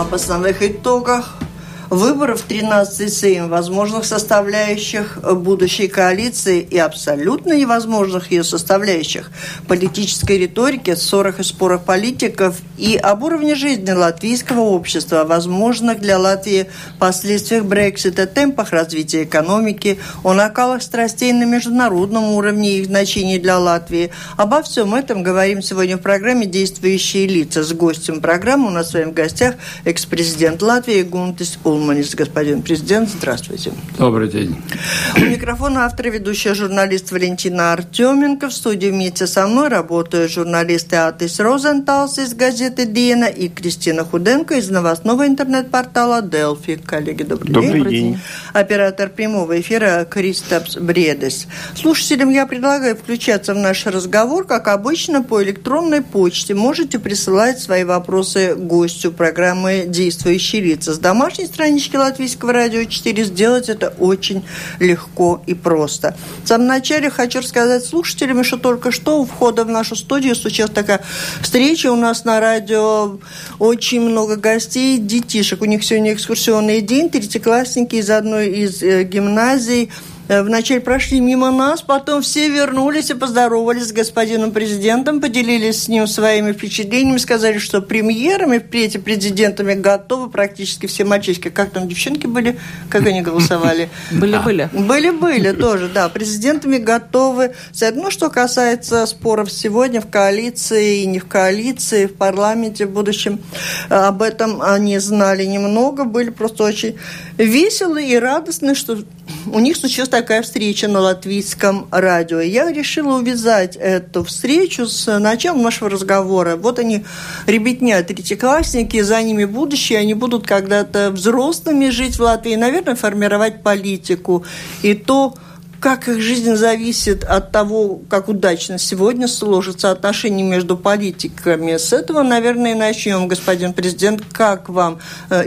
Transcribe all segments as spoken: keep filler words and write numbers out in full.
об основных итогах выборов тринадцатый Сейм, возможных составляющих будущей коалиции и абсолютно невозможных ее составляющих, политической риторике, ссорах и спорах политиков и об уровне жизни латвийского общества, о возможных для Латвии последствиях Брексита, темпах развития экономики, о накалах страстей на международном уровне и их значении для Латвии. Обо всем этом говорим сегодня в программе «Действующие лица». С гостем программы у нас с вами в гостях экс-президент Латвии Гунтис Улманис. Господин президент, здравствуйте. Добрый день. У микрофона автор и ведущая журналист Валентина Артеменко. В студии вместе со мной работают журналисты Атис Розенталс из газеты «Диена» и Кристина Худенко из новостного интернет-портала «Делфи». Коллеги, добрый, добрый день. Добрый день. Оператор прямого эфира Кристапс Бредес. Слушателям я предлагаю включаться в наш разговор, как обычно, по электронной почте. Можете присылать свои вопросы гостю программы «Действующие лица» с домашней страницы Латвийского радио четыре. Сделать это очень легко и просто. В самом начале хочу рассказать слушателям, что только что у входа в нашу студию случилась такая встреча. У нас на радио очень много гостей, детишек. У них сегодня экскурсионный день. Третьеклассники из одной из э, гимназий вначале прошли мимо нас, потом все вернулись и поздоровались с господином президентом, поделились с ним своими впечатлениями, сказали, что премьерами, впредь президентами готовы практически все мальчишки. Как там девчонки были? Как они голосовали? Были-были. Были-были тоже, да. Президентами готовы. Ну, что касается споров сегодня в коалиции и не в коалиции, в парламенте в будущем, об этом они знали немного, были просто очень веселы и радостны, что у них случилась такая встреча на латвийском радио. Я решила увязать эту встречу с началом нашего разговора. Вот они, ребятня, третьеклассники, за ними будущее, они будут когда-то взрослыми жить в Латвии, наверное, формировать политику. И то, как их жизнь зависит от того, как удачно сегодня сложатся отношения между политиками. С этого, наверное, и начнем, господин президент. Как вам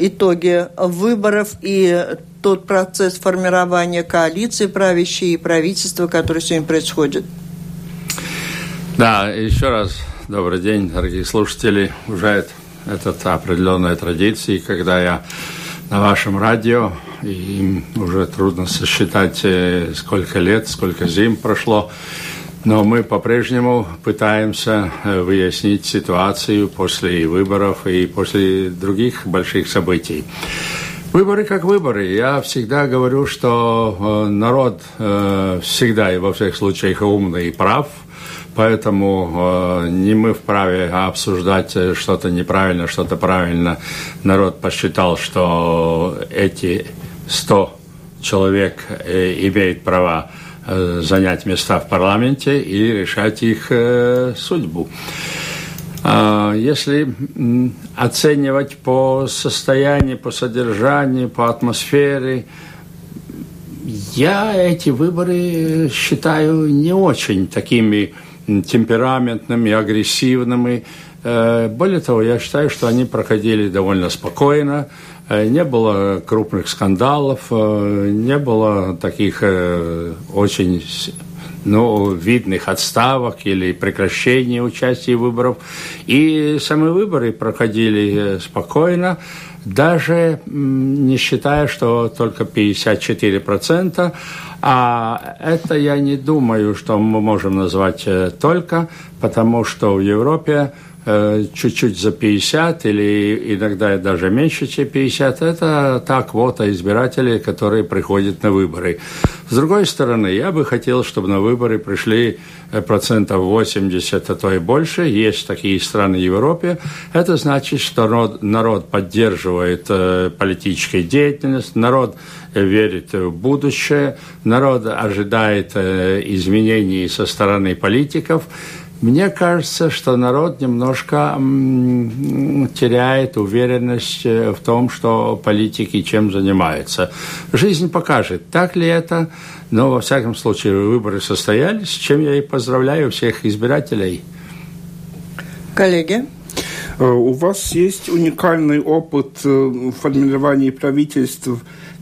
итоги выборов и тот процесс формирования коалиции правящей и правительства, который сегодня происходит? Да, еще раз добрый день, дорогие слушатели. Уже это определенная традиция, когда я на вашем радио, и уже трудно сосчитать, сколько лет, сколько зим прошло, но мы по-прежнему пытаемся выяснить ситуацию после выборов и после других больших событий. Выборы как выборы. Я всегда говорю, что народ всегда и во всех случаях умный и прав, поэтому не мы вправе обсуждать что-то неправильно, что-то правильно. Народ посчитал, что эти сто человек имеют права занять места в парламенте и решать их судьбу. Если оценивать по состоянию, по содержанию, по атмосфере, я эти выборы считаю не очень такими темпераментными, агрессивными. Более того, я считаю, что они проходили довольно спокойно, не было крупных скандалов, не было таких очень... ну, видных отставок или прекращения участия в выборах. И сами выборы проходили спокойно, даже не считая, что только пятьдесят четыре процента. А это я не думаю, что мы можем назвать только, потому что в Европе чуть-чуть за пятьдесят или иногда даже меньше, чем пятьдесят, это та квота избирателей, которые приходят на выборы. С другой стороны, я бы хотел, чтобы на выборы пришли процентов восемьдесят, а то и больше. Есть такие страны в Европе. Это значит, что народ, народ поддерживает э, политическую деятельность, народ верит в будущее, народ ожидает э, изменений со стороны политиков. Мне кажется, что народ немножко м, теряет уверенность в том, что политики чем занимаются. Жизнь покажет, так ли это, но, во всяком случае, выборы состоялись, с чем я и поздравляю всех избирателей. Коллеги? У вас есть уникальный опыт формирования правительств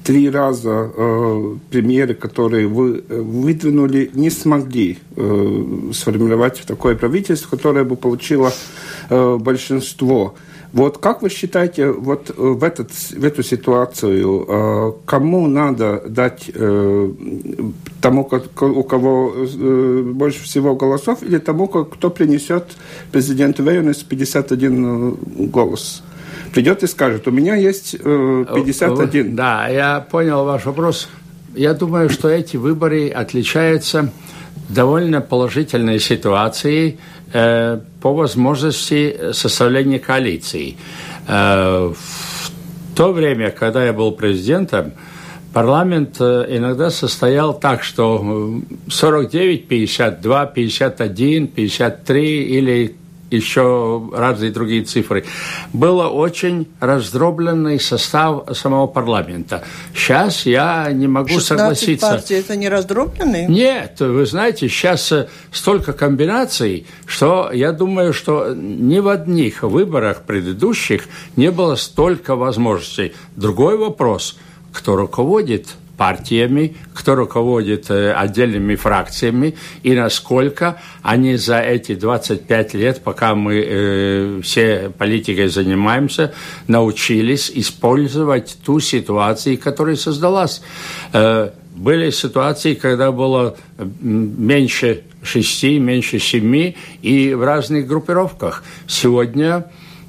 три раза э, премьеры, которые вы выдвинули, не смогли э, сформировать такое правительство, которое бы получило э, большинство. Вот как вы считаете, вот в, этот, в эту ситуацию э, кому надо дать э, тому, у кого э, больше всего голосов, или тому, кто принесет президенту Вейонес пятьдесят один голос? Придет и скажет, у меня есть э, пятьдесят один. Да, я понял ваш вопрос. Я думаю, что эти выборы отличаются довольно положительной ситуацией э, по возможности составления коалиции. Э, в то время, когда я был президентом, парламент э, иногда состоял так, что сорок девять, пятьдесят два, пятьдесят один, пятьдесят три или еще разные другие цифры. Был очень раздробленный состав самого парламента. Сейчас я не могу согласиться. партий – это не раздробленные? Нет, вы знаете, сейчас столько комбинаций, что я думаю, что ни в одних выборах предыдущих не было столько возможностей. Другой вопрос, кто руководит партиями, кто руководит э, отдельными фракциями и насколько они за эти двадцать пять лет, пока мы э, все политикой занимаемся, научились использовать ту ситуацию, которая создалась. Э, были ситуации, когда было меньше шести, меньше семи и в разных группировках. Сегодня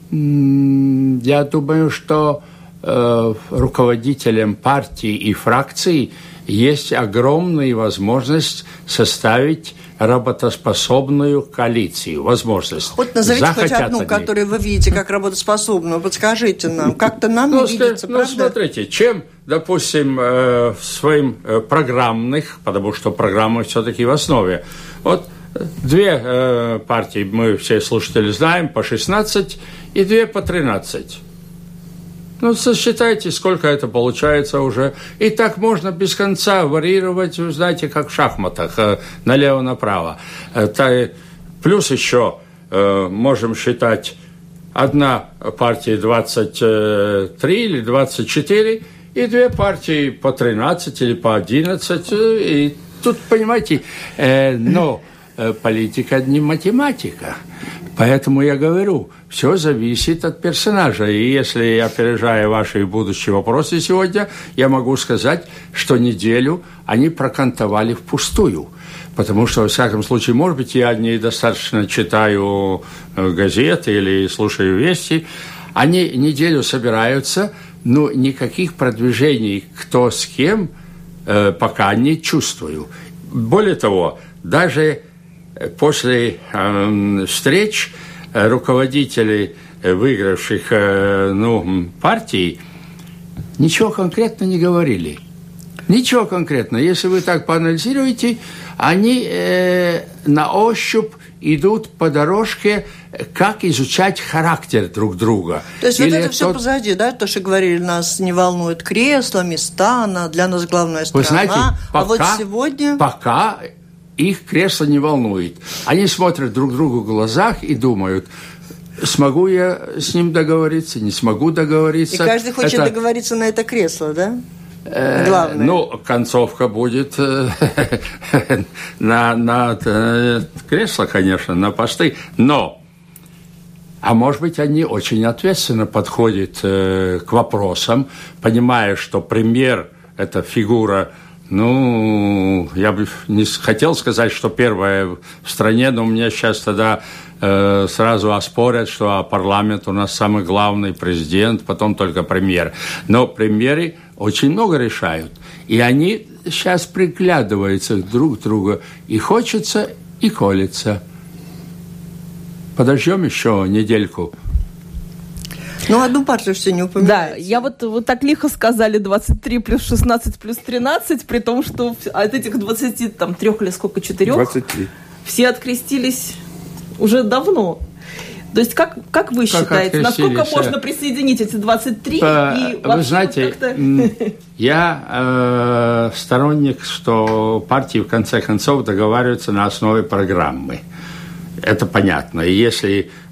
м- я думаю, что руководителям партий и фракций есть огромная возможность составить работоспособную коалицию. Возможность. Вот назовите Захотят хоть одну, они. которую вы видите как работоспособную. Подскажите нам. Как-то нам ну, не видится, ну, правда? смотрите, чем, допустим, э, своим э, программных, потому что программы все-таки в основе. Вот две э, партии, мы все слушатели знаем, по шестнадцать и две по тринадцать. Ну, сосчитайте, сколько это получается уже. И так можно без конца варьировать, вы знаете, как в шахматах, налево-направо. Плюс еще можем считать одна партия двадцать три или двадцать четыре, и две партии по тринадцать или по одиннадцать. И тут, понимаете, но политика не математика. Поэтому я говорю, все зависит от персонажа. И если, опережая ваши будущие вопросы сегодня, я могу сказать, что неделю они прокантовали впустую. Потому что, во всяком случае, может быть, я недостаточно читаю газеты или слушаю вести. Они неделю собираются, но никаких продвижений кто с кем э, пока не чувствую. Более того, даже после э, встреч э, руководителей э, выигравших э, ну, партий ничего конкретно не говорили. Ничего конкретно. Если вы так поанализируете, они э, на ощупь идут по дорожке, как изучать характер друг друга. То есть Или вот это все тот... позади, да? То, что говорили, нас не волнует кресло, места, для нас главная страна. Вы знаете, пока, а вот сегодня... пока их кресло не волнует. Они смотрят друг другу в глазах и думают, смогу я с ним договориться, не смогу договориться. И каждый хочет это... договориться на это кресло, да? Главное. Ну, концовка будет на, на кресло, конечно, на посты. Но, а может быть, они очень ответственно подходят к вопросам, понимая, что премьер – это фигура. Ну, я бы не хотел сказать, что первая в стране, но у меня сейчас тогда э, сразу оспорят, что парламент у нас самый главный, президент, потом только премьер. Но премьеры очень много решают, и они сейчас приглядываются друг к другу, и хочется, и колется. Подождем еще недельку. Ну, одну партию все не упоминается. Да, я вот, вот так лихо сказали двадцать три плюс шестнадцать плюс тринадцать, при том, что от этих двадцати три или сколько, четырех, двадцать три. Все открестились уже давно. То есть как, как вы как считаете, насколько можно присоединить эти двадцать три? По, и вы знаете, как-то... я э, сторонник, что партии в конце концов договариваются на основе программы. Это понятно. И если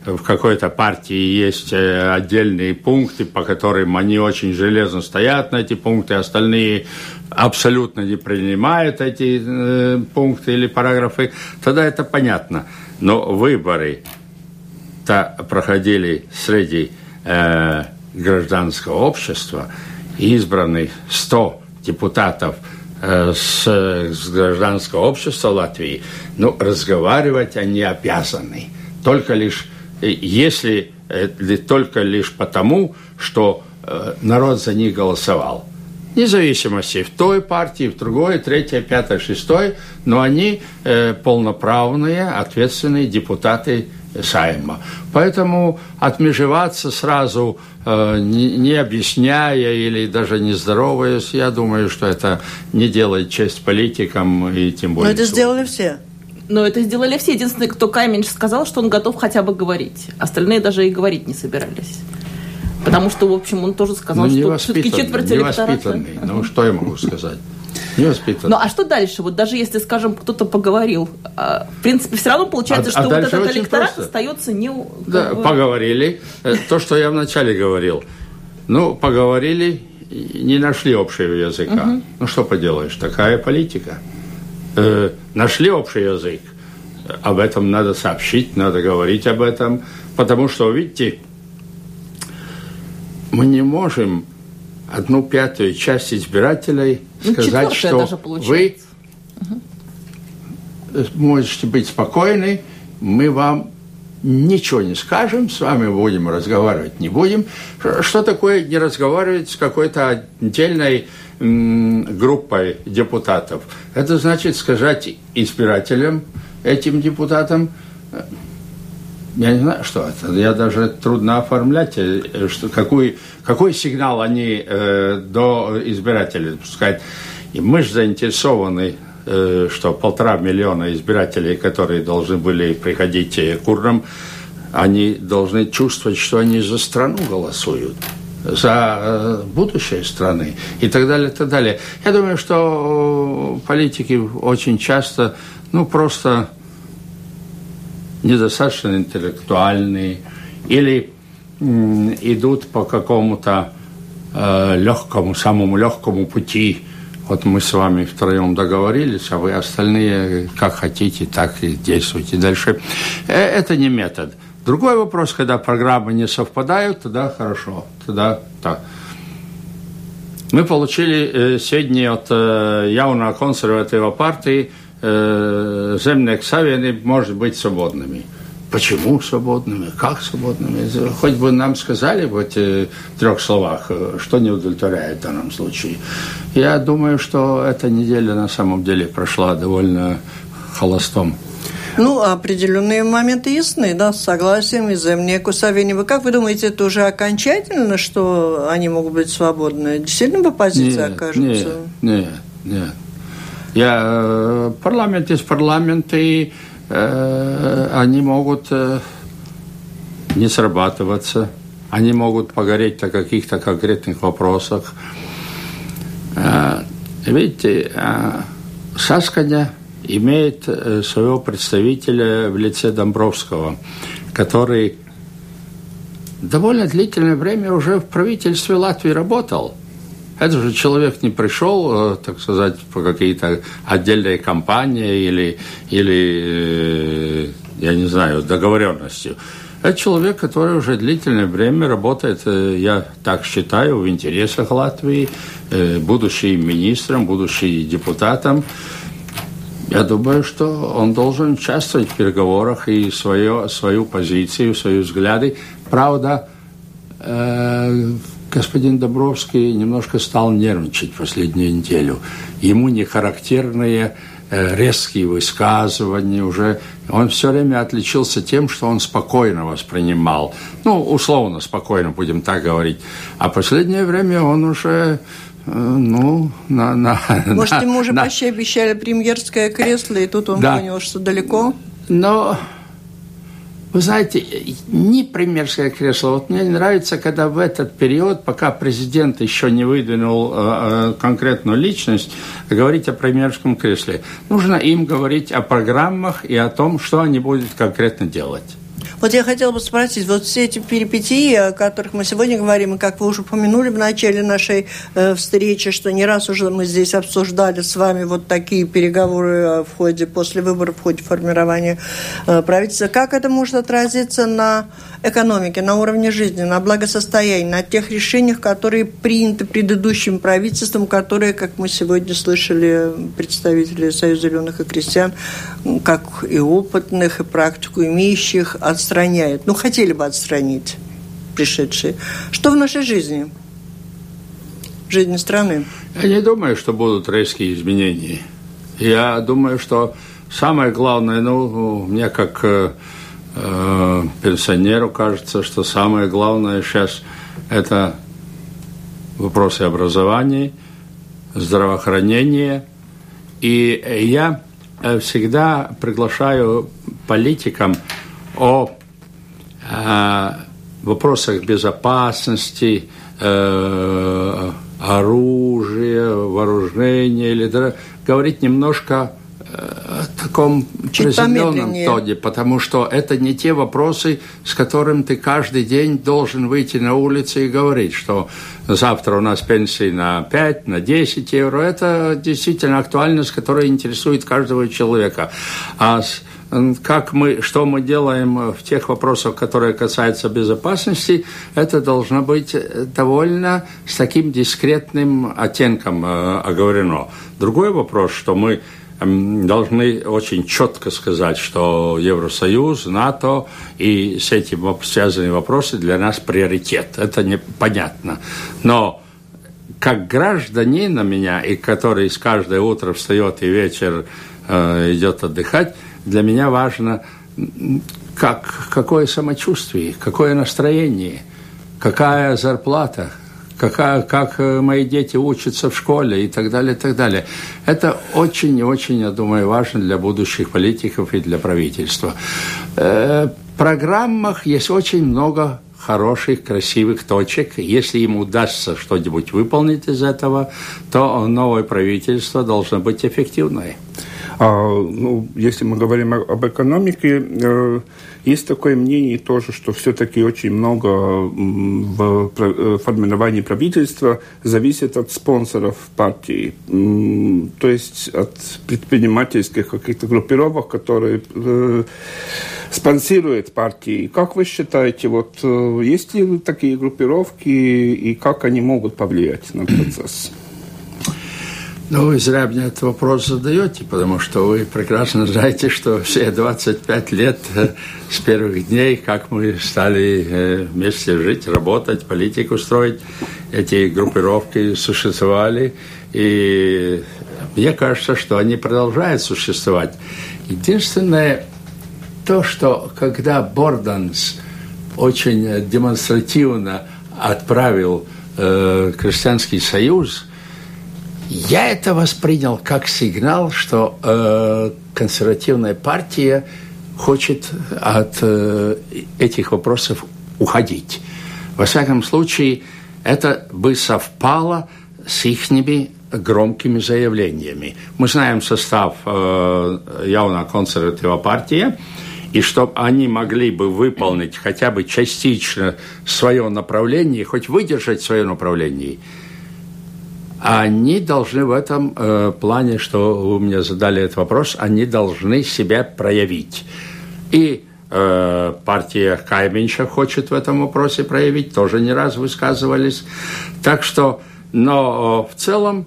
в какой-то партии есть отдельные пункты, по которым они очень железно стоят на эти пункты, остальные абсолютно не принимают эти э, пункты или параграфы, тогда это понятно. Но выборы-то проходили среди э, гражданского общества, избраны сто депутатов э, с, с гражданского общества Латвии, ну, разговаривать они обязаны. Только лишь, если, э, только лишь потому, что э, народ за них голосовал. Вне зависимости, в той партии, в другой, третьей, пятой, шестой, но они э, полноправные, ответственные депутаты Сайма. Поэтому отмежеваться сразу, э, не, не объясняя или даже не здороваясь, я думаю, что это не делает честь политикам и тем более... Но это сделали все. Но это сделали все. Единственный, кто Каменш сказал, что он готов хотя бы говорить. Остальные даже и говорить не собирались. Потому что, в общем, он тоже сказал, ну, что все-таки четверть электората... Невоспитанный. Ну, что я могу сказать? Невоспитанный. Ну, а что дальше? Вот даже если, скажем, кто-то поговорил, в принципе, все равно получается, а, что а вот этот электорат просто остается не... Да, бы... поговорили. То, что я вначале говорил. Ну, поговорили, не нашли общего языка. Угу. Ну, что поделаешь, такая политика. Э, нашли общий язык. Об этом надо сообщить, надо говорить об этом. Потому что, видите... Мы не можем одну пятую часть избирателей ну, сказать, что вы угу. можете быть спокойны, мы вам ничего не скажем, с вами будем разговаривать, не будем. Что такое не разговаривать с какой-то отдельной м, группой депутатов? Это значит сказать избирателям, этим депутатам, я не знаю, что это. Я даже трудно оформлять, что, какой, какой сигнал они э, до избирателей пускают. И мы же заинтересованы, э, что полтора миллиона избирателей, которые должны были приходить к урнам, они должны чувствовать, что они за страну голосуют, за э, будущее страны и так далее, и так далее. Я думаю, что политики очень часто, ну, просто... недостаточно интеллектуальные, или м, идут по какому-то э, легкому, самому легкому пути. Вот мы с вами втроем договорились, а вы остальные как хотите, так и действуйте дальше. Э, это не метод. Другой вопрос, когда программы не совпадают, тогда хорошо, тогда так. Мы получили э, сегодня от э, Jauno konservatīvā партии Zemnieku savienība может быть свободными. Почему свободными? Как свободными? Хоть бы нам сказали вот, в трех словах, что не удовлетворяет в данном случае. Я думаю, что эта неделя на самом деле прошла довольно холостом. Ну, определенные моменты ясны, да, с согласием из Zemnieku savienība. Как вы думаете, это уже окончательно, что они могут быть свободны? Действительно в оппозиции нет, окажутся? Нет, нет, нет. Я, парламент есть парламент, и э, они могут э, не срабатываться, они могут погореть на каких-то конкретных вопросах. Э, видите, э, Сасканя имеет э, своего представителя в лице Домбровского, который довольно длительное время уже в правительстве Латвии работал. Это же человек не пришел, так сказать, по какие-то отдельные компании или, или, я не знаю, договоренностью. Это человек, который уже длительное время работает, я так считаю, в интересах Латвии, будучи министром, будучи депутатом. Я думаю, что он должен участвовать в переговорах и свое, свою позицию, свои взгляды. Правда, господин Домбровский немножко стал нервничать последнюю неделю. Ему не характерные э, резкие высказывания уже. Он все время отличился тем, что он спокойно воспринимал. Ну, условно спокойно, будем так говорить. А последнее время он уже... Э, ну, на... на Может, на, ему уже на... почти обещали премьерское кресло, и тут он да. понял, что далеко? Но... Вы знаете, не премьерское кресло. Вот мне нравится, когда в этот период, пока президент еще не выдвинул э, конкретную личность, говорить о премьерском кресле. Нужно им говорить о программах и о том, что они будут конкретно делать. Вот я хотела бы спросить, вот все эти перипетии, о которых мы сегодня говорим, и как вы уже упомянули в начале нашей э, встречи, что не раз уже мы здесь обсуждали с вами вот такие переговоры в ходе, после выборов, в ходе формирования э, правительства, как это может отразиться на экономике, на уровне жизни, на благосостоянии, на тех решениях, которые приняты предыдущим правительством, которые, как мы сегодня слышали, представители Союза зеленых и крестьян, как и опытных, и практику имеющих, отстраняют. Ну, хотели бы отстранить пришедшие. Что в нашей жизни? В жизни страны? Я не думаю, что будут резкие изменения. Я думаю, что самое главное, ну, мне как э, э, пенсионеру кажется, что самое главное сейчас это вопросы образования, здравоохранения. И я всегда приглашаю политикам о э, вопросах безопасности, э, оружия, вооружения, или да, говорить немножко о таком чуть приземленном тоне, потому что это не те вопросы, с которыми ты каждый день должен выйти на улицу и говорить, что завтра у нас пенсии на пять, на десять евро. Это действительно актуальность, которая интересует каждого человека. А как мы, что мы делаем в тех вопросах, которые касаются безопасности, это должно быть довольно с таким дискретным оттенком э, оговорено. Другой вопрос, что мы должны очень четко сказать, что Евросоюз, НАТО и с этим связанные вопросы для нас приоритет. Это непонятно. Но как гражданин на меня, и который с каждое утро встает и вечер э, идет отдыхать, для меня важно, как, какое самочувствие, какое настроение, какая зарплата, какая, как мои дети учатся в школе и так далее, и так далее. Это очень и очень, я думаю, важно для будущих политиков и для правительства. Э, в программах есть очень много хороших, красивых точек. Если им удастся что-нибудь выполнить из этого, то новое правительство должно быть эффективное. А, ну, если мы говорим об экономике, э, есть такое мнение тоже, что все-таки очень много в формировании правительства зависит от спонсоров партии, то есть от предпринимательских каких-то группировок, которые э, спонсируют партии. Как вы считаете, вот есть ли такие группировки и как они могут повлиять на процесс? Ну, вы зря мне этот вопрос задаете, потому что вы прекрасно знаете, что все двадцать пять лет с первых дней, как мы стали вместе жить, работать, политику строить, эти группировки существовали, и мне кажется, что они продолжают существовать. Единственное, то, что когда Борданс очень демонстративно отправил э, Крестьянский союз, я это воспринял как сигнал, что э, консервативная партия хочет от э, этих вопросов уходить. Во всяком случае, это бы совпало с ихними громкими заявлениями. Мы знаем состав э, явно консервативной партии, и чтобы они могли бы выполнить хотя бы частично свое направление, хоть выдержать свое направление, они должны в этом э, плане, что вы мне задали этот вопрос, они должны себя проявить. И э, партия Кайменча хочет в этом вопросе проявить, тоже не раз высказывались. Так что, но в целом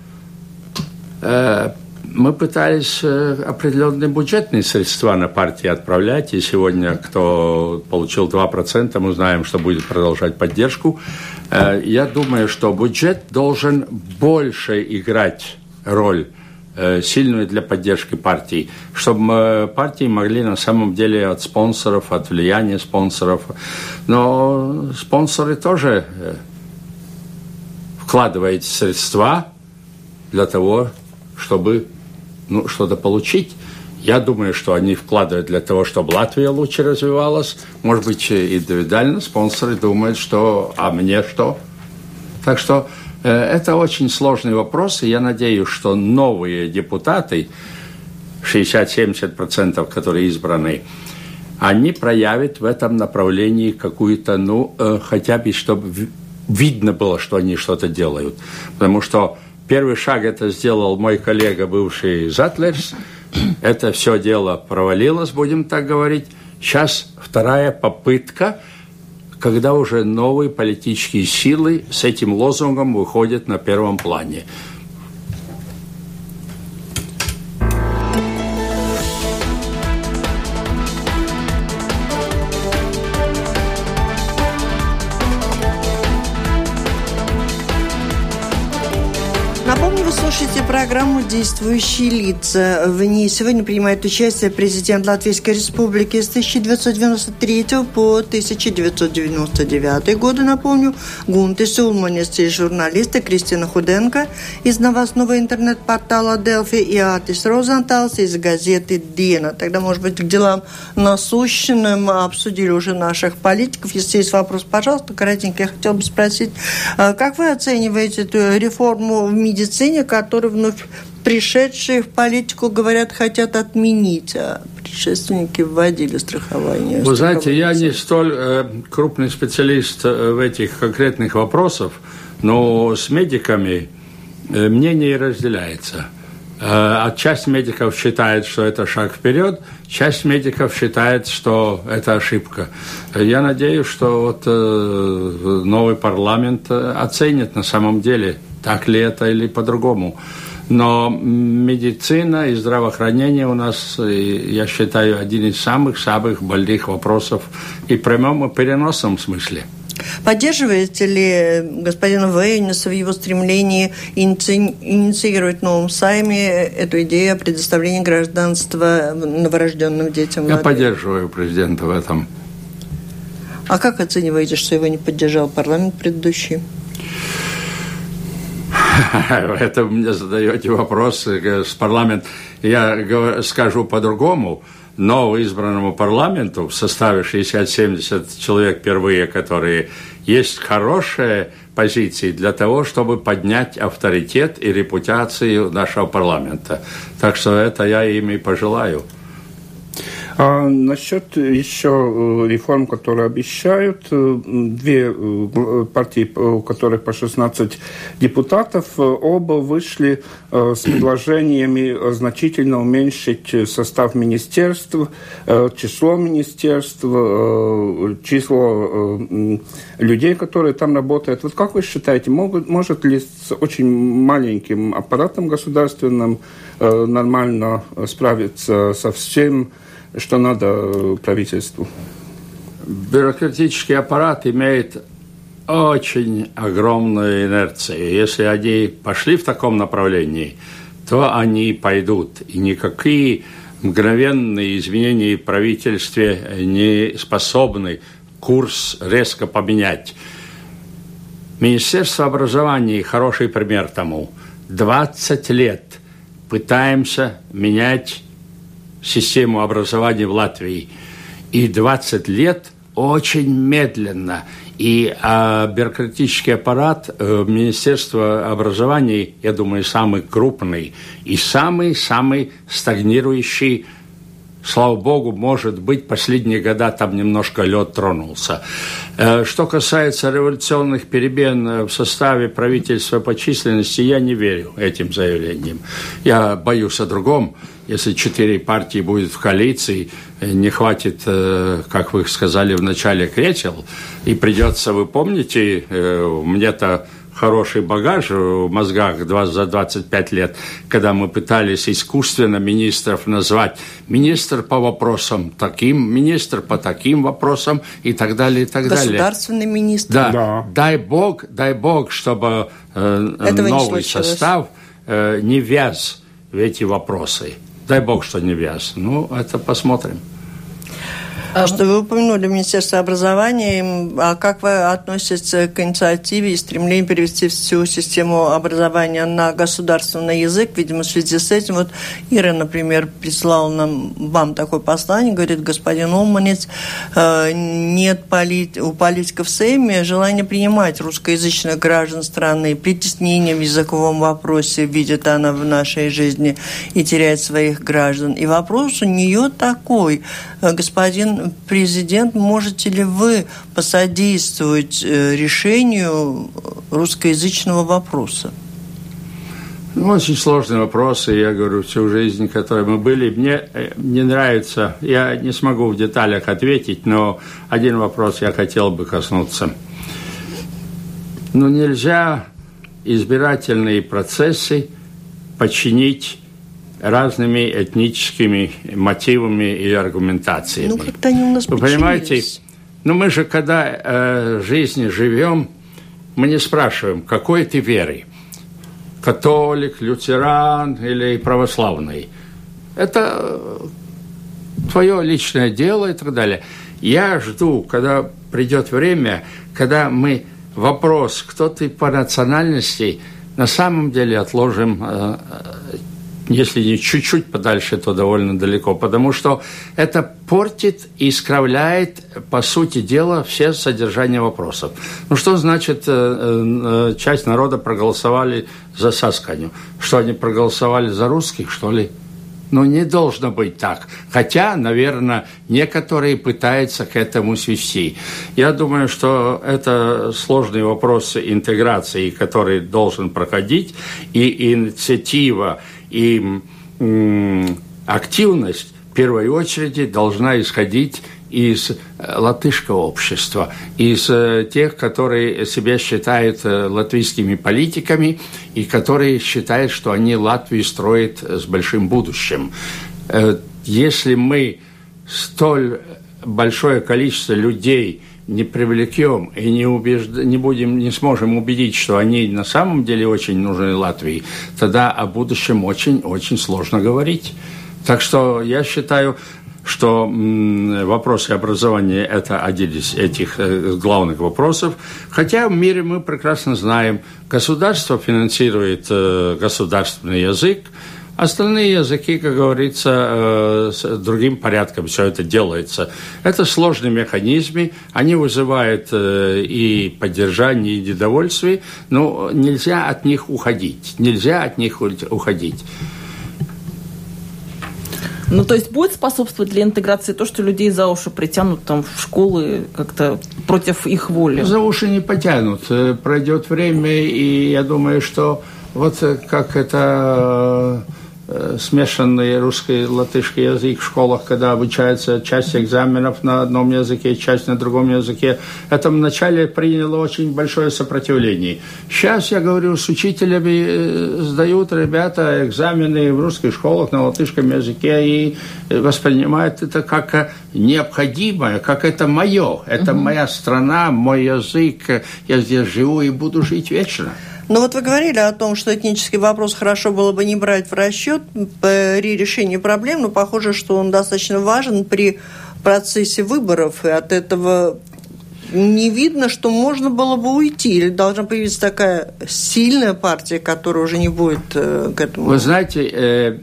э, мы пытались э, определенные бюджетные средства на партии отправлять, и сегодня, кто получил два процента, мы знаем, что будет продолжать поддержку. Э, я думаю, что бюджет должен больше играть роль, э, сильную для поддержки партий, чтобы э, партии могли на самом деле от спонсоров, от влияния спонсоров. Но спонсоры тоже э, вкладывают средства для того, чтобы ну, что-то получить. Я думаю, что они вкладывают для того, чтобы Латвия лучше развивалась. Может быть, индивидуально спонсоры думают, что «а мне что?». Так что э, это очень сложный вопрос, и я надеюсь, что новые депутаты, шестьдесят-семьдесят процентов, которые избраны, они проявят в этом направлении какую-то, ну, э, хотя бы, чтобы видно было, что они что-то делают. Потому что первый шаг это сделал мой коллега, бывший Затлерс. Это все дело провалилось, будем так говорить. Сейчас вторая попытка, когда уже новые политические силы с этим лозунгом выходят на первом плане. Напомню, вы слушаете программу «Действующие лица». В ней сегодня принимает участие президент Латвийской Республики с тысяча девятьсот девяносто третьего по тысяча девятьсот девяносто девятый годы, напомню, Гунтис Улманис и журналисты Кристина Худенко из новостного интернет-портала «Делфи» и Атис Розенталс из газеты «Дена». Тогда, может быть, к делам насущным обсудили уже наших политиков. Если есть вопрос, пожалуйста, коротенько. Я хотела бы спросить, как вы оцениваете эту реформу в медицине, которые вновь пришедшие в политику, говорят, хотят отменить, а предшественники вводили страхование? Вы знаете, я не столь э, крупный специалист в этих конкретных вопросах, но с медиками э, мнение разделяется. Э, часть медиков считает, что это шаг вперед, часть медиков считает, что это ошибка. Я надеюсь, что вот э, новый парламент оценит на самом деле, так ли это или по-другому. Но медицина и здравоохранение у нас, я считаю, один из самых-самых больных вопросов и в прямом и переносном смысле. Поддерживаете ли господина Вейнеса в его стремлении иници... инициировать в новом Сайме эту идею о предоставлении гражданства новорожденным детям? Я поддерживаю президента в этом. А как оцениваете, что его не поддержал парламент предыдущий? Это вы мне задаете вопрос с парламентом. Я скажу по-другому. Новоизбранному парламенту в составе шестьдесят-семьдесят человек впервые, которые есть хорошие позиции для того, чтобы поднять авторитет и репутацию нашего парламента. Так что это я им и пожелаю. А насчет еще реформ, которые обещают, две партии, у которых по шестнадцать депутатов, оба вышли с предложениями значительно уменьшить состав министерств, число министерств, число людей, которые там работают. Вот как вы считаете, могут, может ли с очень маленьким аппаратом государственным нормально справиться со всем, что надо правительству? Бюрократический аппарат имеет очень огромную инерцию. Если они пошли в таком направлении, то они пойдут. И никакие мгновенные изменения в правительстве не способны курс резко поменять. Министерство образования – хороший пример тому. двадцать лет пытаемся менять систему образования в Латвии. И двадцать лет очень медленно. И а, бюрократический аппарат э, Министерства образования, я думаю, самый крупный и самый-самый стагнирующий. Слава богу, может быть, последние года там немножко лед тронулся. Э, что касается революционных перемен в составе правительства по численности, я не верю этим заявлениям. Я боюсь о другом. Если четыре партии будут в коалиции, не хватит, как вы сказали в начале, кресел, и придется, вы помните, мне-то хороший багаж в мозгах за двадцать пять лет, когда мы пытались искусственно министров назвать министр по вопросам таким, министр по таким вопросам и так далее, и так далее. Государственный министр. Да. Да. Дай Бог, дай Бог, чтобы Этого новый состав не вяз в эти вопросы. Дай Бог, что не вяз. Ну, это посмотрим. Что вы упомянули Министерство образования, а как вы относитесь к инициативе и стремлению перевести всю систему образования на государственный язык? Видимо, в связи с этим, вот Ира, например, прислала нам, вам такое послание, говорит, господин Улманис, нет полит, у политиков в Сейме желания принимать русскоязычных граждан страны, притеснение в языковом вопросе видит она в нашей жизни и теряет своих граждан. И вопрос у нее такой, господин господин президент, можете ли вы посодействовать решению русскоязычного вопроса? Ну, очень сложный вопрос, и я говорю, всю жизнь, в которой мы были, мне не нравится, я не смогу в деталях ответить, но один вопрос я хотел бы коснуться. Ну, нельзя избирательные процессы подчинить разными этническими мотивами и аргументациями. Ну, как-то они у нас Вы понимаете, ну, мы же, когда э, в жизни живем, мы не спрашиваем, какой ты веры. Католик, лютеран или православный. Это твое личное дело и так далее. Я жду, когда придет время, когда мы вопрос, кто ты по национальности, на самом деле отложим, если не чуть-чуть подальше, то довольно далеко, потому что это портит и искривляет, по сути дела, все содержание вопросов. Ну, что значит, часть народа проголосовали за Сасканью? Что, они проголосовали за русских, что ли? Ну, не должно быть так. Хотя, наверное, некоторые пытаются к этому свести. Я думаю, что это сложный вопрос интеграции, который должен проходить, и инициатива, и м, активность в первой очереди должна исходить из латышского общества, из тех, которые себя считают латвийскими политиками и которые считают, что они Латвию строят с большим будущим. Если мы столь большое количество людей не привлекем и не, убежд... не, будем, не сможем убедить, что они на самом деле очень нужны Латвии, тогда о будущем очень-очень сложно говорить. Так что я считаю, что вопросы образования – это один из этих главных вопросов. Хотя в мире мы прекрасно знаем, государство финансирует государственный язык, остальные языки, как говорится, с другим порядком все это делается. Это сложные механизмы, они вызывают и поддержание, и недовольствие, но нельзя от них уходить, нельзя от них уходить. Ну, то есть будет способствовать для интеграции то, что людей за уши притянут там в школы как-то против их воли? За уши не потянут. Пройдет время, и я думаю, что вот как это смешанный русский и латышский язык в школах, когда обучается часть экзаменов на одном языке, часть на другом языке, это вначале приняло очень большое сопротивление. Сейчас, я говорю, с учителями сдают ребята экзамены в русских школах на латышском языке и воспринимают это как необходимое, как это мое, это угу. моя страна, мой язык, я здесь живу и буду жить вечно. Но вот вы говорили о том, что этнический вопрос хорошо было бы не брать в расчет при решении проблем, но похоже, что он достаточно важен при процессе выборов, и от этого не видно, что можно было бы уйти, или должна появиться такая сильная партия, которая уже не будет к этому... Вы знаете,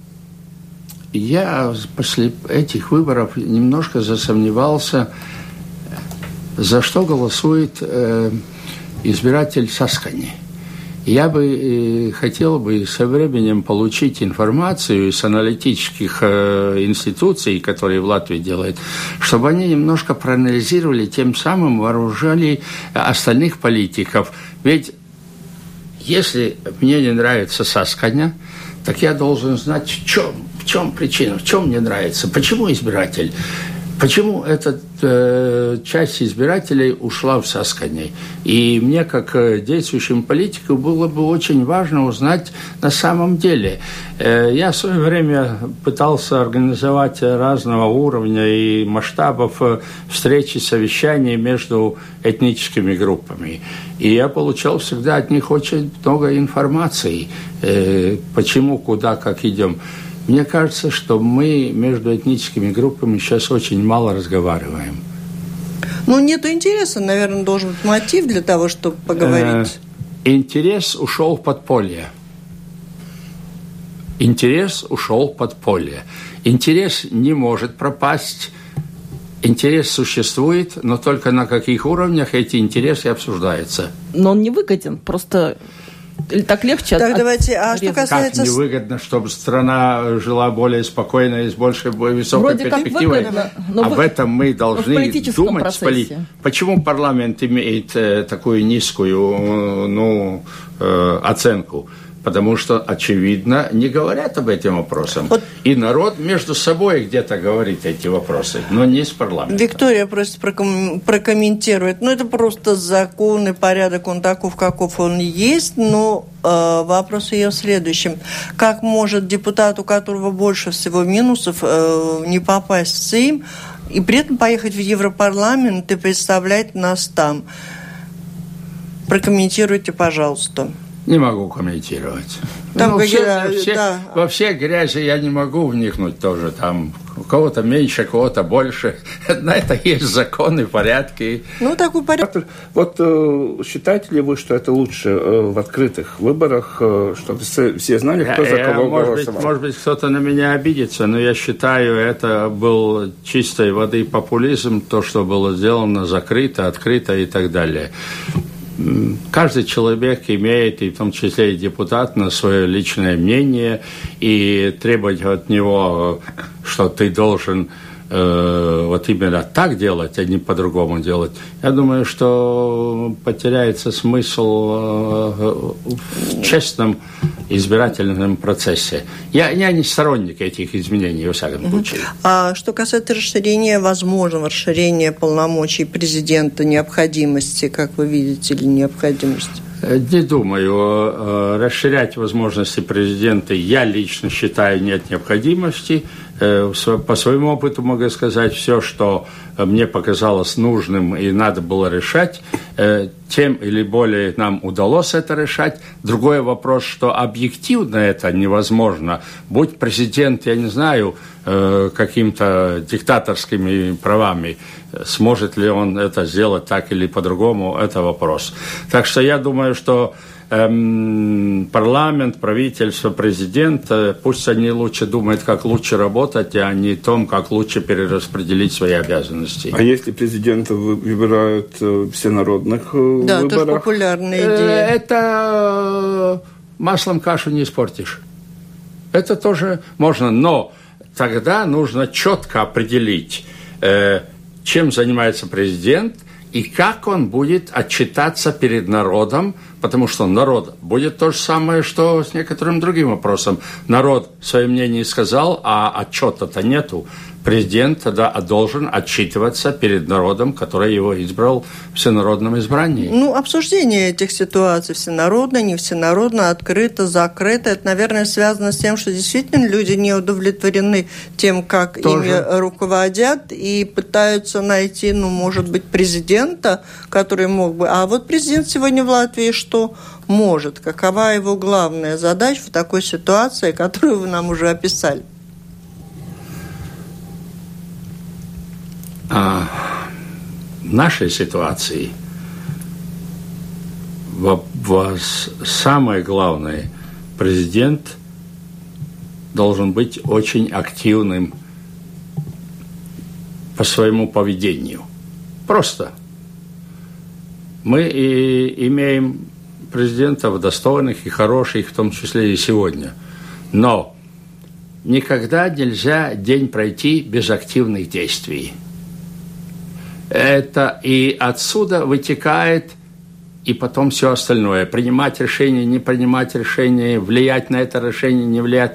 я после этих выборов немножко засомневался, за что голосует избиратель Саскани. Я бы э, хотел бы со временем получить информацию из аналитических э, институций, которые в Латвии делают, чтобы они немножко проанализировали, тем самым вооружали остальных политиков. Ведь если мне не нравится Сасканя, так я должен знать, в чем, в чем причина, в чем мне нравится, почему избиратель. Почему эта э, часть избирателей ушла в Саскани? И мне, как э, действующему политику, было бы очень важно узнать на самом деле. Э, я в свое время пытался организовать разного уровня и масштабов э, встречи, совещаний между этническими группами. И я получал всегда от них очень много информации, э, почему, куда, как идем. Мне кажется, что мы между этническими группами сейчас очень мало разговариваем. Ну, нету интереса, наверное, должен быть мотив для того, чтобы поговорить. Э, интерес ушел в подполье. Интерес ушел в подполье. Интерес не может пропасть. Интерес существует, но только на каких уровнях эти интересы обсуждаются. Но он не выгоден, просто... Или так легче? Так, от, давайте, а отрезать? что касается... Как невыгодно, чтобы страна жила более спокойно и с большей высокой Вроде перспективой. Выгодно, но Об вы... этом мы должны думать. Процессе. Почему парламент имеет э, такую низкую ну, э, оценку? Потому что, очевидно, не говорят об этом вопросах. Вот. И народ между собой где-то говорит эти вопросы, но не с парламентом. Виктория просит проком- прокомментировать. Ну, это просто закон и порядок, он таков, каков он есть, но э, вопрос ее в следующем. Как может депутат, у которого больше всего минусов, э, не попасть в Сейм и при этом поехать в Европарламент и представлять нас там? Прокомментируйте, пожалуйста. Не могу комментировать. Там, ну, как все, я, все, да. Во все грязи я не могу вникнуть тоже. Там у кого-то меньше, у кого-то больше. На это есть законы, порядки. Ну, такой порядок. Вот э, считаете ли вы, что это лучше э, в открытых выборах, э, чтобы все, все знали, кто я, за кого я, может голосовал? Быть, может быть, кто-то на меня обидится, но я считаю, это был чистой воды популизм, то, что было сделано закрыто, открыто и так далее. Каждый человек имеет, и в том числе и депутат, на свое личное мнение, и требовать от него, что ты должен э, вот именно так делать, а не по-другому делать. Я думаю, что потеряется смысл э, в честном избирательном процессе. Я, я не сторонник этих изменений, во всяком случае. А что касается расширения, возможного расширения полномочий президента, необходимости, как вы видите, или необходимости? Не думаю. Расширять возможности президента я лично считаю нет необходимости. По своему опыту могу сказать, все, что мне показалось нужным и надо было решать, тем или более нам удалось это решать. Другой вопрос, что объективно это невозможно. Будь президент, я не знаю, каким-то диктаторскими правами, сможет ли он это сделать так или по-другому, это вопрос. Так что я думаю, что эм, парламент, правительство, президент, э, пусть они лучше думают, как лучше работать, а не о том, как лучше перераспределить свои обязанности. А если президента выбирают э, всенародных э, да, выборах? Да, тоже популярная идея. Э, это маслом кашу не испортишь. Это тоже можно, но тогда нужно четко определить, э, чем занимается президент и как он будет отчитаться перед народом, потому что народ будет то же самое, что с некоторым другим вопросом. Народ свое мнение сказал, а отчета-то нету. Президент тогда должен отчитываться перед народом, который его избрал в всенародном избрании. Ну, обсуждение этих ситуаций всенародно, не всенародно, открыто, закрыто, это, наверное, связано с тем, что действительно люди не удовлетворены тем, как Тоже. ими руководят, и пытаются найти, ну, может быть, президента, который мог бы... А вот президент сегодня в Латвии что может? Какова его главная задача в такой ситуации, которую вы нам уже описали? А в нашей ситуации в, в, самое главное, президент должен быть очень активным по своему поведению. Просто. Мы и имеем президентов достойных и хороших, в том числе и сегодня. Но никогда нельзя день пройти без активных действий. Это и отсюда вытекает и потом все остальное. Принимать решение, не принимать решение, влиять на это решение, не влиять.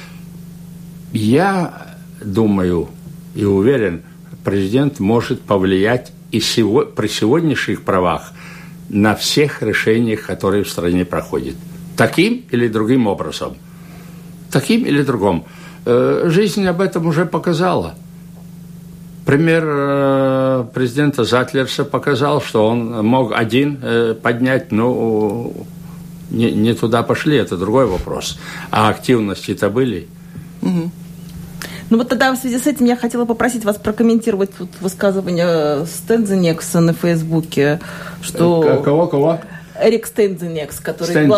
Я думаю и уверен, президент может повлиять и сего, при сегодняшних правах на всех решениях, которые в стране проходят. Таким или другим образом. Таким или другим. Жизнь об этом уже показала. Пример э, президента Затлерса показал, что он мог один э, поднять, ну, не, не туда пошли, это другой вопрос. А активности-то были. Угу. Ну вот тогда в связи с этим я хотела попросить вас прокомментировать вот высказывание Стензенекса на Фейсбуке, что... Кого-кого? Эрик Стензенекс, который Стензе. главный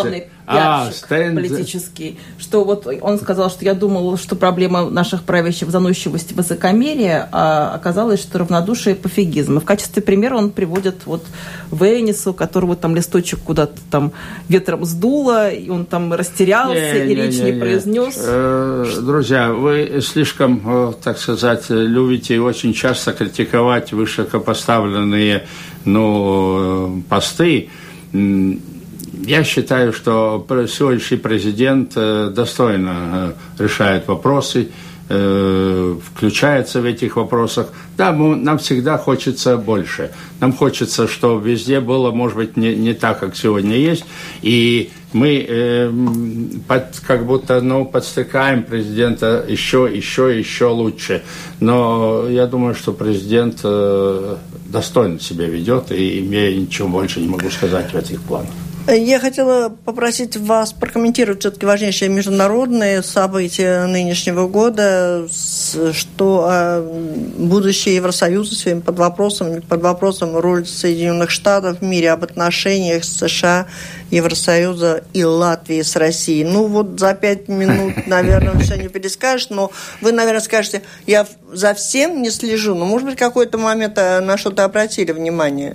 а, стенд... политический, что вот он сказал, что я думал, что проблема наших правящих заносчивость и высокомерие, а оказалось, что равнодушие и пофигизм. И в качестве примера он приводит вот Венесу, которого там листочек куда-то там ветром сдуло, и он там растерялся, не, и не, речь не, не, не произнес. Э, друзья, вы слишком, так сказать, любите очень часто критиковать высокопоставленные, ну, посты. Я считаю, что сегодняшний президент достойно решает вопросы, включается в этих вопросах. Да, нам всегда хочется больше. Нам хочется, чтобы везде было, может быть, не, не так, как сегодня есть. И мы э, под, как будто ну, подстрекаем президента еще, еще, еще лучше. Но я думаю, что президент э, достойно себя ведет, и я ничего больше не могу сказать в этих планах. Я хотела попросить вас прокомментировать все-таки важнейшие международные события нынешнего года, что будущее Евросоюза сегодня под вопросом, под вопросом роль Соединенных Штатов в мире, об отношениях США, Евросоюза и Латвии с Россией. Ну вот за пять минут, наверное, все не перескажешь, но вы, наверное, скажете, я за всем не слежу, но, может быть, какой-то момент на что-то обратили внимание?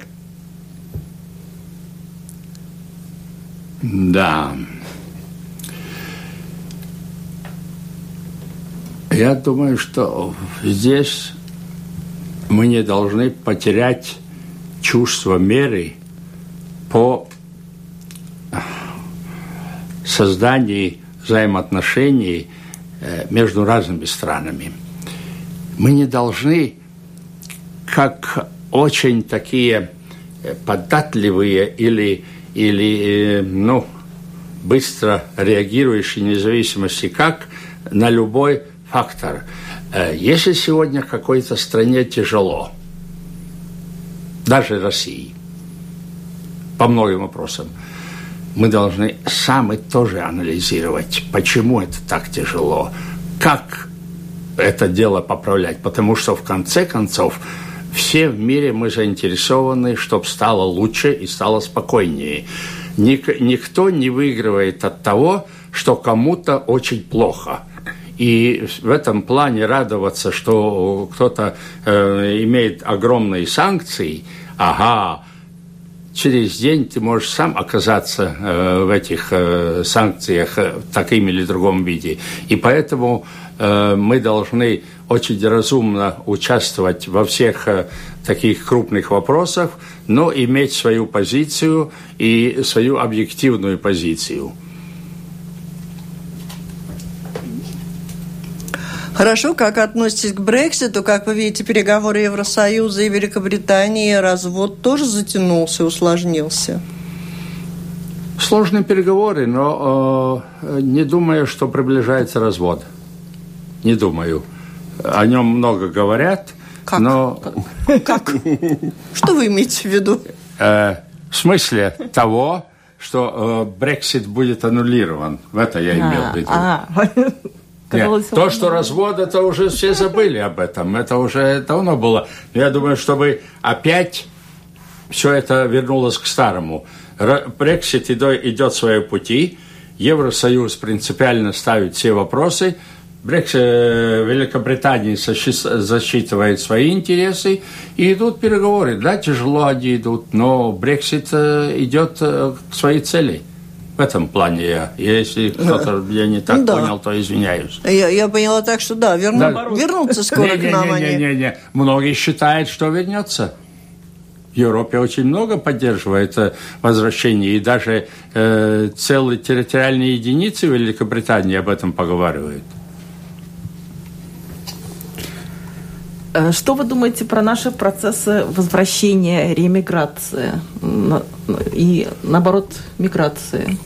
Да. Я думаю, что здесь мы не должны потерять чувство меры по созданию взаимоотношений между разными странами. Мы не должны, как очень такие податливые или или, ну, быстро реагирующий, независимости как, на любой фактор. Если сегодня какой-то стране тяжело, даже России, по многим вопросам, мы должны сами тоже анализировать, почему это так тяжело, как это дело поправлять, потому что в конце концов все в мире мы заинтересованы, чтобы стало лучше и стало спокойнее. Ник- никто не выигрывает от того, что кому-то очень плохо. И в этом плане радоваться, что кто-то э, имеет огромные санкции, ага, через день ты можешь сам оказаться э, в этих э, санкциях э, в таком или другом виде. И поэтому э, мы должны очень разумно участвовать во всех э, таких крупных вопросах, но иметь свою позицию и свою объективную позицию. Хорошо, как относитесь к Брекситу? Как вы видите, переговоры Евросоюза и Великобритании, развод тоже затянулся и усложнился? Сложные переговоры, но э, не думаю, что приближается развод. Не думаю. О нем много говорят, как? но... Как? Что вы имеете в виду? Э, в смысле того, что Брексит будет аннулирован. В это я имел в виду. Нет, то, что развод, это уже все забыли об этом. Это уже давно было. Но я думаю, чтобы опять все это вернулось к старому. Брексит идет свои пути. Евросоюз принципиально ставит все вопросы. Брексит, Великобритания засчитывает свои интересы. И идут переговоры. Да, тяжело они идут, но Брексит идет к своей цели. В этом плане я. Если кто-то меня не так да. понял, то извиняюсь. Я, я поняла так, что да, верну, да. вернуться скоро не, к нам. Не, не, не, не. Многие считают, что вернется. В Европе очень много поддерживает возвращение. И даже э, целые территориальные единицы Великобритании об этом поговаривают. Что вы думаете про наши процессы возвращения, реэмиграции и, наоборот, миграции?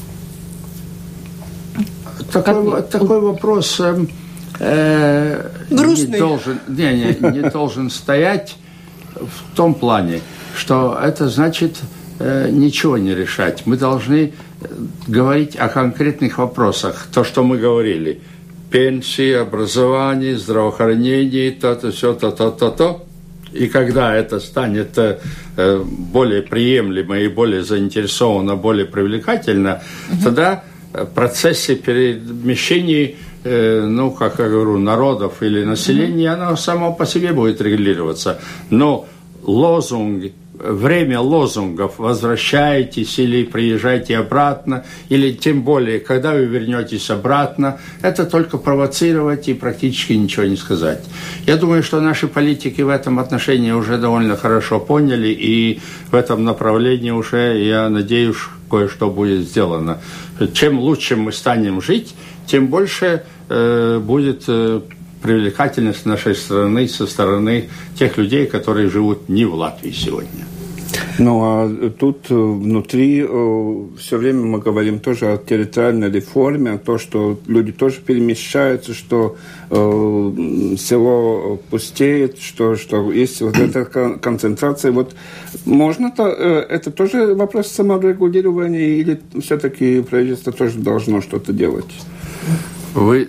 Такой, как... такой вопрос э, не, должен, не, не, не должен стоять в том плане, что это значит э, ничего не решать. Мы должны говорить о конкретных вопросах, то, что мы говорили. Пенсии, образование, здравоохранение, то-то, все, то-то, то-то. И когда это станет более приемлемо и более заинтересованно, более привлекательно, угу. тогда в процессе перемещений, ну, как я говорю, народов или населения, угу. оно само по себе будет регулироваться. Но лозунги, время лозунгов «возвращайтесь» или «приезжайте обратно», или тем более, когда вы вернетесь обратно, это только провоцировать и практически ничего не сказать. Я думаю, что наши политики в этом отношении уже довольно хорошо поняли, и в этом направлении уже, я надеюсь, кое-что будет сделано. Чем лучше мы станем жить, тем больше э, будет э, привлекательность нашей страны со стороны тех людей, которые живут не в Латвии сегодня. Ну, а тут внутри все время мы говорим тоже о территориальной реформе, о том, что люди тоже перемещаются, что э, село пустеет, что, что есть вот эта концентрация. Вот можно-то, э, это тоже вопрос саморегулирования, или все-таки правительство тоже должно что-то делать? Вы...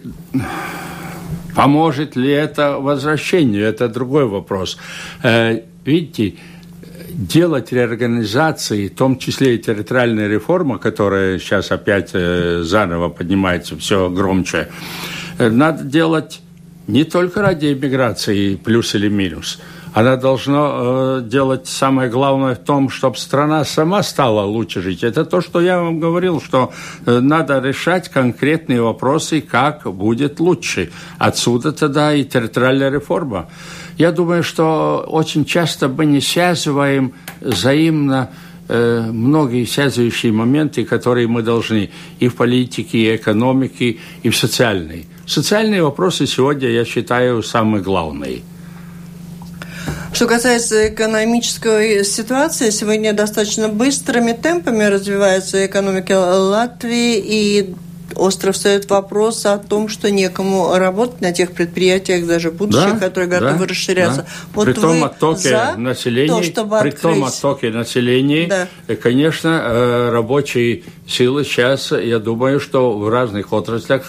Поможет ли это возвращению? Это другой вопрос. Э, видите, делать реорганизации, в том числе и территориальная реформа, которая сейчас опять э, заново поднимается все громче, э, надо делать не только ради иммиграции, плюс или минус. Она должна э, делать самое главное в том, чтобы страна сама стала лучше жить. Это то, что я вам говорил, что э, надо решать конкретные вопросы, как будет лучше. Отсюда тогда и территориальная реформа. Я думаю, что очень часто мы не связываем взаимно э, многие связывающие моменты, которые мы должны и в политике, и в экономике, и в социальной. Социальные вопросы сегодня, я считаю, самые главные. Что касается экономической ситуации, сегодня достаточно быстрыми темпами развивается экономика Латвии, и остро встает вопрос о том, что некому работать на тех предприятиях, даже будущих, да, которые готовы да, расширяться. Да. Вот при том оттоке населения, то, чтобы при том оттоке населения, да. конечно, рабочие силы сейчас, я думаю, что в разных отраслях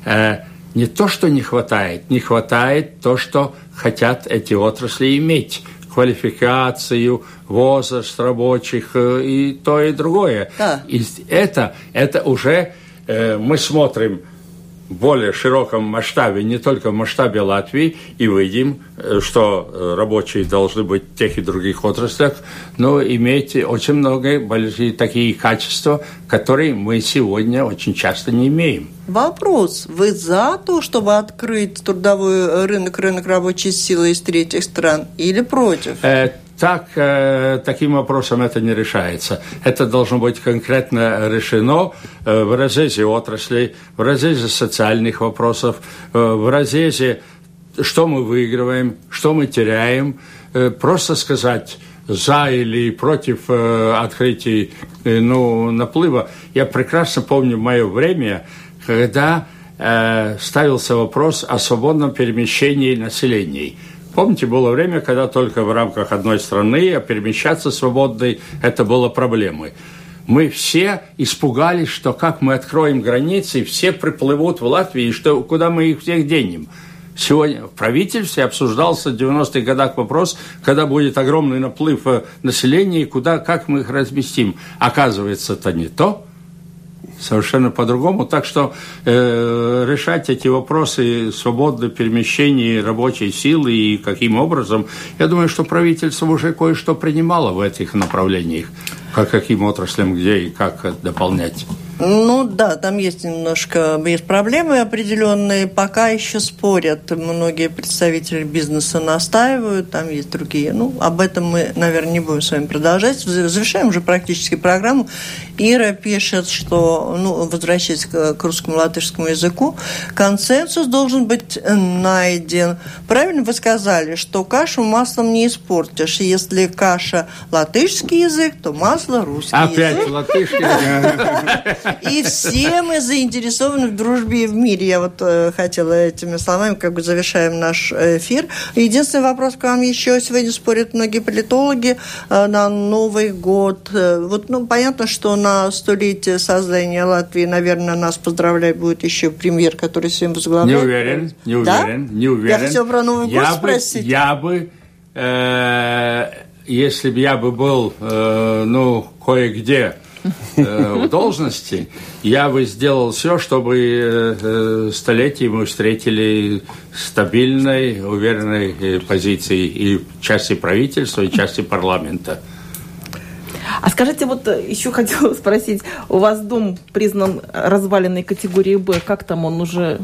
не то, что не хватает, не хватает то, что хотят эти отрасли иметь. Квалификацию, возраст рабочих и то, и другое. Да. И это, это уже э, мы смотрим в более широком масштабе, не только в масштабе Латвии, и видим, что рабочие должны быть в тех и других отраслях, но иметь очень много большие такие качества, которые мы сегодня очень часто не имеем. Вопрос. Вы за то, чтобы открыть трудовой рынок, рынок рабочей силы из третьих стран, или против? Э, так, э, таким вопросом это не решается. Это должно быть конкретно решено э, в разрезе отраслей, в разрезе социальных вопросов, э, в разрезе, что мы выигрываем, что мы теряем. Э, просто сказать за или против э, открытия э, ну, наплыва. Я прекрасно помню мое время, когда э, ставился вопрос о свободном перемещении населения. Помните, было время, когда только в рамках одной страны перемещаться свободной – это было проблемой. Мы все испугались, что как мы откроем границы, все приплывут в Латвию, и что, куда мы их всех денем. Сегодня в правительстве обсуждался в девяностых годах вопрос, когда будет огромный наплыв населения, и куда, как мы их разместим. Оказывается, это не то. Совершенно по-другому. Так что э, решать эти вопросы свободного перемещения рабочей силы и каким образом, я думаю, что правительство уже кое-что принимало в этих направлениях. Как, каким отраслям, где и как дополнять. Ну да, там есть немножко есть проблемы определенные, пока еще спорят, многие представители бизнеса настаивают, там есть другие. Ну, об этом мы, наверное, не будем с вами продолжать. Завершаем уже практически программу. Ира пишет, что, ну, возвращаясь к русскому латышскому языку, консенсус должен быть найден. Правильно вы сказали, что кашу маслом не испортишь. Если каша латышский язык, то масло русский Опять язык. Опять латышский. И все мы заинтересованы в дружбе и в мире. Я вот э, хотела этими словами, как бы завершаем наш эфир. Единственный вопрос к вам еще. Сегодня спорят многие политологи э, на Новый год. Э, вот, ну, понятно, что на столетие создания Латвии, наверное, нас поздравлять будет еще премьер, который всем возглавляет. Не уверен, не уверен, да? не уверен. Я хотела про Новый год я спросить. Бы, я бы э, если бы я бы был, э, ну, кое-где э, в должности, я бы сделал все, чтобы э, столетие мы встретили стабильной, уверенной позиции и части правительства, и части парламента. А скажите, вот еще хотела спросить, у вас дом признан разваленной категории Б, как там он уже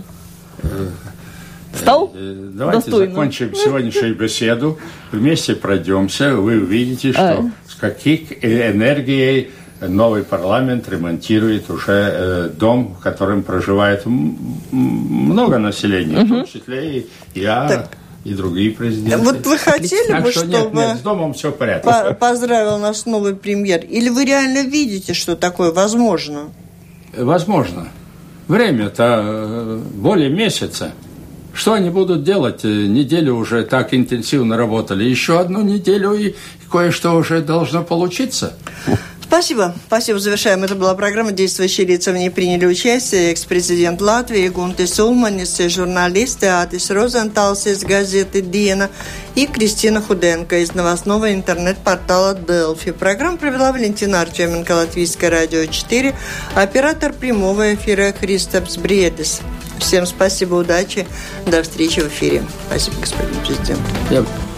стал Давайте достойным? Закончим сегодняшнюю беседу, вместе пройдемся, вы увидите, что а. с каких энергией новый парламент ремонтирует уже э, дом, в котором проживает м- много населения, угу. в том числе и я... Так. И другие президенты. Вот вы хотели так бы, что чтобы нет, нет, с домом все в порядке. По- поздравил нас новый премьер? Или вы реально видите, что такое возможно? Возможно. Время-то более месяца. Что они будут делать? Неделю уже так интенсивно работали. Еще одну неделю, и кое-что уже должно получиться. Спасибо. Спасибо. Завершаем. Это была программа «Действующие лица». В ней приняли участие экс-президент Латвии Гунтис Улманис, журналисты Атис Розенталс из газеты «Диена» и Кристина Худенко из новостного интернет-портала «Делфи». Программу провела Валентина Артеменко, Латвийское радио четыре, оператор прямого эфира Христопс Бриедис. Всем спасибо, удачи. До встречи в эфире. Спасибо, господин президент. Yeah.